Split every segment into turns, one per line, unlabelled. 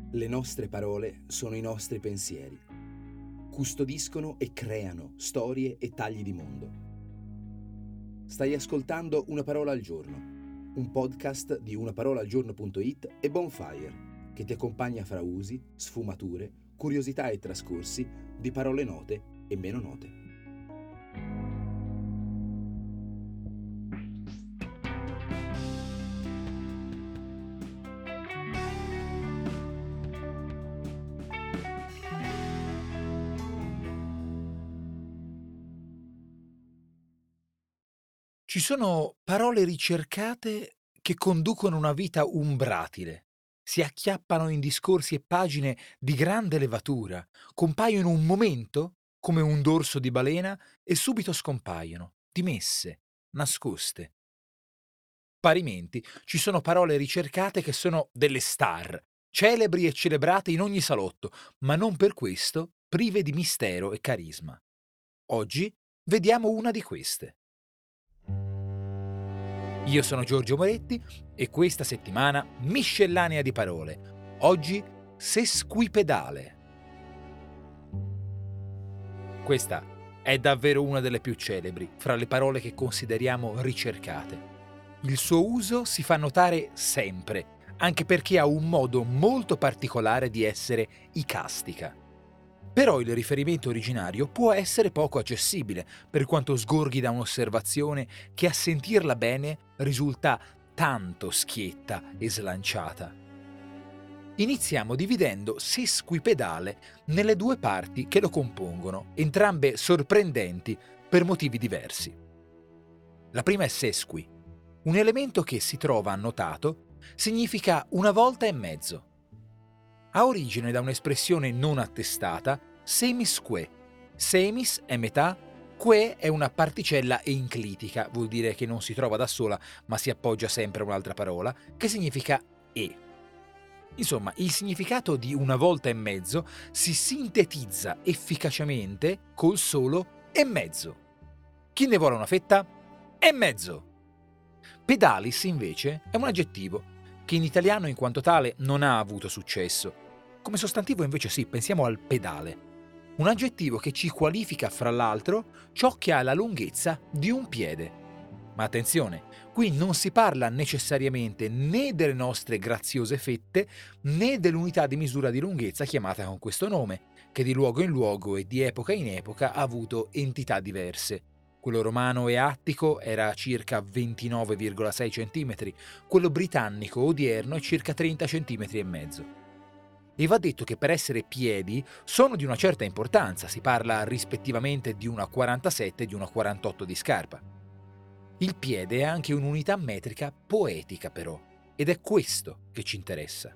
Le nostre parole sono i nostri pensieri. Custodiscono e creano storie e tagli di mondo. Stai ascoltando Una parola al giorno, un podcast di unaparolaalgiorno.it e Bonfire, che ti accompagna fra usi, sfumature, curiosità e trascorsi di parole note e meno note.
Ci sono parole ricercate che conducono una vita umbratile, si acchiappano in discorsi e pagine di grande levatura, compaiono un momento come un dorso di balena e subito scompaiono, dimesse, nascoste. Parimenti, ci sono parole ricercate che sono delle star, celebri e celebrate in ogni salotto, ma non per questo prive di mistero e carisma. Oggi vediamo una di queste. Io sono Giorgio Moretti e questa settimana miscellanea di parole. Oggi sesquipedale. Questa è davvero una delle più celebri fra le parole che consideriamo ricercate. Il suo uso si fa notare sempre, anche perché ha un modo molto particolare di essere icastica. Però il riferimento originario può essere poco accessibile, per quanto sgorghi da un'osservazione che a sentirla bene risulta tanto schietta e slanciata. Iniziamo dividendo sesquipedale nelle due parti che lo compongono, entrambe sorprendenti per motivi diversi. La prima è sesqui, un elemento che si trova annotato significa una volta e mezzo. Ha origine da un'espressione non attestata, semisque. Semis è metà, que è una particella enclitica, vuol dire che non si trova da sola ma si appoggia sempre a un'altra parola, che significa e. Insomma, il significato di una volta e mezzo si sintetizza efficacemente col solo e mezzo. Chi ne vuole una fetta? E mezzo! Pedalis, invece, è un aggettivo che in italiano in quanto tale non ha avuto successo. Come sostantivo invece sì, pensiamo al pedale. Un aggettivo che ci qualifica fra l'altro ciò che ha la lunghezza di un piede. Ma attenzione, qui non si parla necessariamente né delle nostre graziose fette né dell'unità di misura di lunghezza chiamata con questo nome, che di luogo in luogo e di epoca in epoca ha avuto entità diverse. Quello romano e attico era circa 29,6 cm, quello britannico odierno è circa 30 cm e mezzo. E va detto che per essere piedi sono di una certa importanza, si parla rispettivamente di una 47 e di una 48 di scarpa. Il piede è anche un'unità metrica poetica però, ed è questo che ci interessa.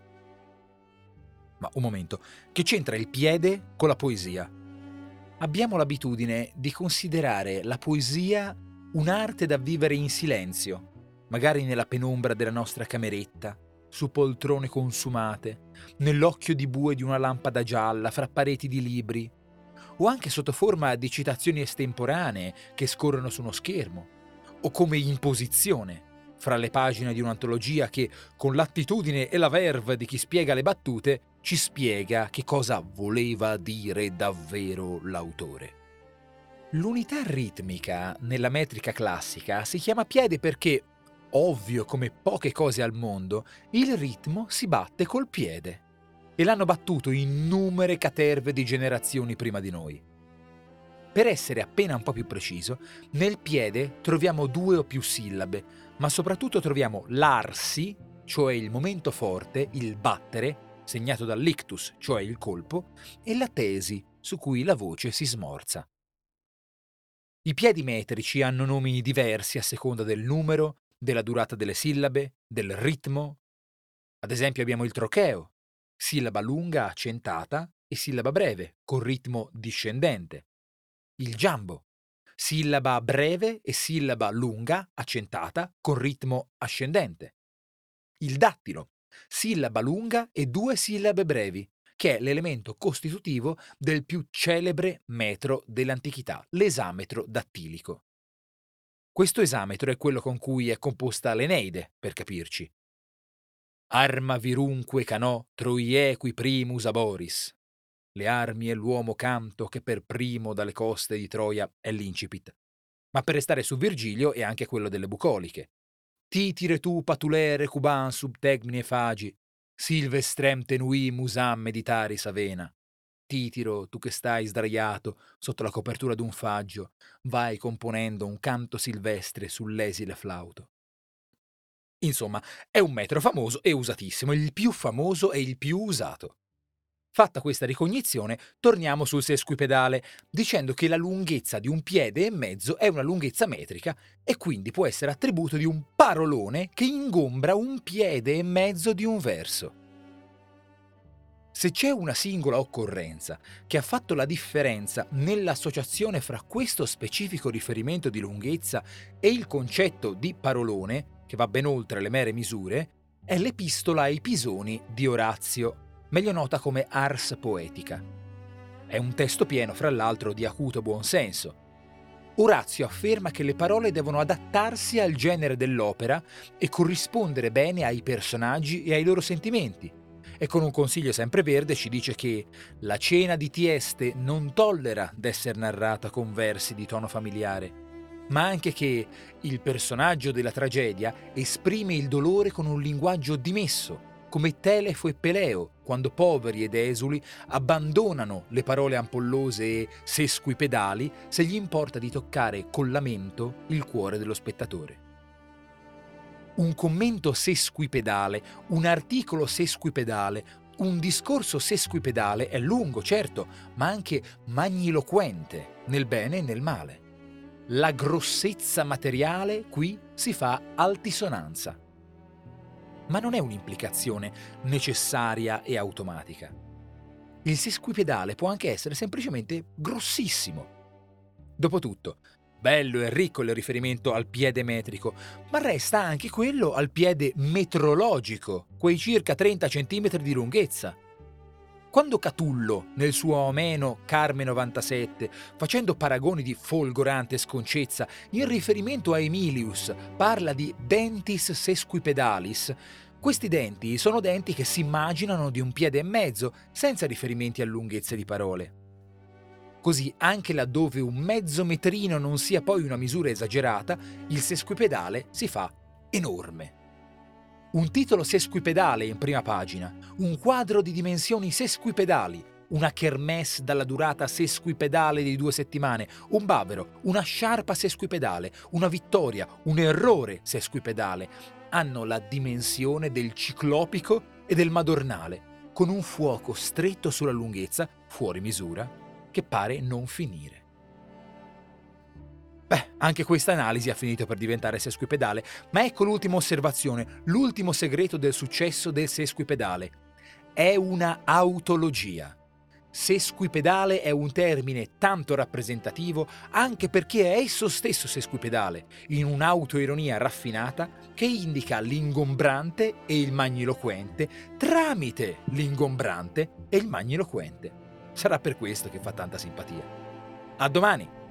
Ma un momento, che c'entra il piede con la poesia? Abbiamo l'abitudine di considerare la poesia un'arte da vivere in silenzio, magari nella penombra della nostra cameretta, su poltrone consumate, nell'occhio di bue di una lampada gialla, fra pareti di libri, o anche sotto forma di citazioni estemporanee che scorrono su uno schermo, o come imposizione, fra le pagine di un'antologia che, con l'attitudine e la verve di chi spiega le battute, ci spiega che cosa voleva dire davvero l'autore. L'unità ritmica nella metrica classica si chiama piede perché, ovvio come poche cose al mondo, il ritmo si batte col piede. E l'hanno battuto innumere caterve di generazioni prima di noi. Per essere appena un po' più preciso, nel piede troviamo due o più sillabe, ma soprattutto troviamo l'arsi, cioè il momento forte, il battere, segnato dall'ictus, cioè il colpo, e la tesi, su cui la voce si smorza. I piedi metrici hanno nomi diversi a seconda del numero, della durata delle sillabe, del ritmo. Ad esempio abbiamo il trocheo, sillaba lunga accentata e sillaba breve, con ritmo discendente. Il giambo, sillaba breve e sillaba lunga accentata con ritmo ascendente. Il dattilo, sillaba lunga e due sillabe brevi, che è l'elemento costitutivo del più celebre metro dell'antichità, l'esametro dattilico. Questo esametro è quello con cui è composta l'Eneide, per capirci. Arma virunque canò Troiequi primus aboris. Le armi e l'uomo canto che per primo dalle coste di Troia è l'incipit. Ma per restare su Virgilio è anche quello delle bucoliche. Titire tu patulere cuban sub tegmine fagi, silvestrem tenui musam meditaris avena. Titiro, tu che stai sdraiato sotto la copertura d'un faggio, vai componendo un canto silvestre sull'esile flauto. Insomma, è un metro famoso e usatissimo, il più famoso e il più usato. Fatta questa ricognizione, torniamo sul sesquipedale, dicendo che la lunghezza di un piede e mezzo è una lunghezza metrica e quindi può essere attributo di un parolone che ingombra un piede e mezzo di un verso. Se c'è una singola occorrenza che ha fatto la differenza nell'associazione fra questo specifico riferimento di lunghezza e il concetto di parolone, che va ben oltre le mere misure, è l'Epistola ai Pisoni di Orazio, meglio nota come Ars Poetica. È un testo pieno, fra l'altro, di acuto buonsenso. Orazio afferma che le parole devono adattarsi al genere dell'opera e corrispondere bene ai personaggi e ai loro sentimenti. E con un consiglio sempreverde ci dice che la cena di Tieste non tollera d'essere narrata con versi di tono familiare, ma anche che il personaggio della tragedia esprime il dolore con un linguaggio dimesso, come Telefo e Peleo, quando poveri ed esuli abbandonano le parole ampollose e sesquipedali se gli importa di toccare col lamento il cuore dello spettatore. Un commento sesquipedale, un articolo sesquipedale, un discorso sesquipedale è lungo, certo, ma anche magniloquente, nel bene e nel male. La grossezza materiale qui si fa altisonanza. Ma non è un'implicazione necessaria e automatica. Il sesquipedale può anche essere semplicemente grossissimo. Dopotutto, bello e ricco il riferimento al piede metrico, ma resta anche quello al piede metrologico, quei circa 30 cm di lunghezza. Quando Catullo, nel suo ameno Carme 97, facendo paragoni di folgorante sconcezza, in riferimento a Emilius, parla di dentis sesquipedalis, questi denti sono denti che si immaginano di un piede e mezzo, senza riferimenti a lunghezze di parole. Così, anche laddove un mezzo metrino non sia poi una misura esagerata, il sesquipedale si fa enorme. Un titolo sesquipedale in prima pagina, un quadro di dimensioni sesquipedali, una kermesse dalla durata sesquipedale di 2 settimane, un bavero, una sciarpa sesquipedale, una vittoria, un errore sesquipedale, hanno la dimensione del ciclopico e del madornale, con un fuoco stretto sulla lunghezza, fuori misura, che pare non finire. Anche questa analisi ha finito per diventare sesquipedale, ma ecco l'ultima osservazione, l'ultimo segreto del successo del sesquipedale. È una autologia. Sesquipedale è un termine tanto rappresentativo anche perché è esso stesso sesquipedale, in un'autoironia raffinata che indica l'ingombrante e il magniloquente tramite l'ingombrante e il magniloquente. Sarà per questo che fa tanta simpatia. A domani!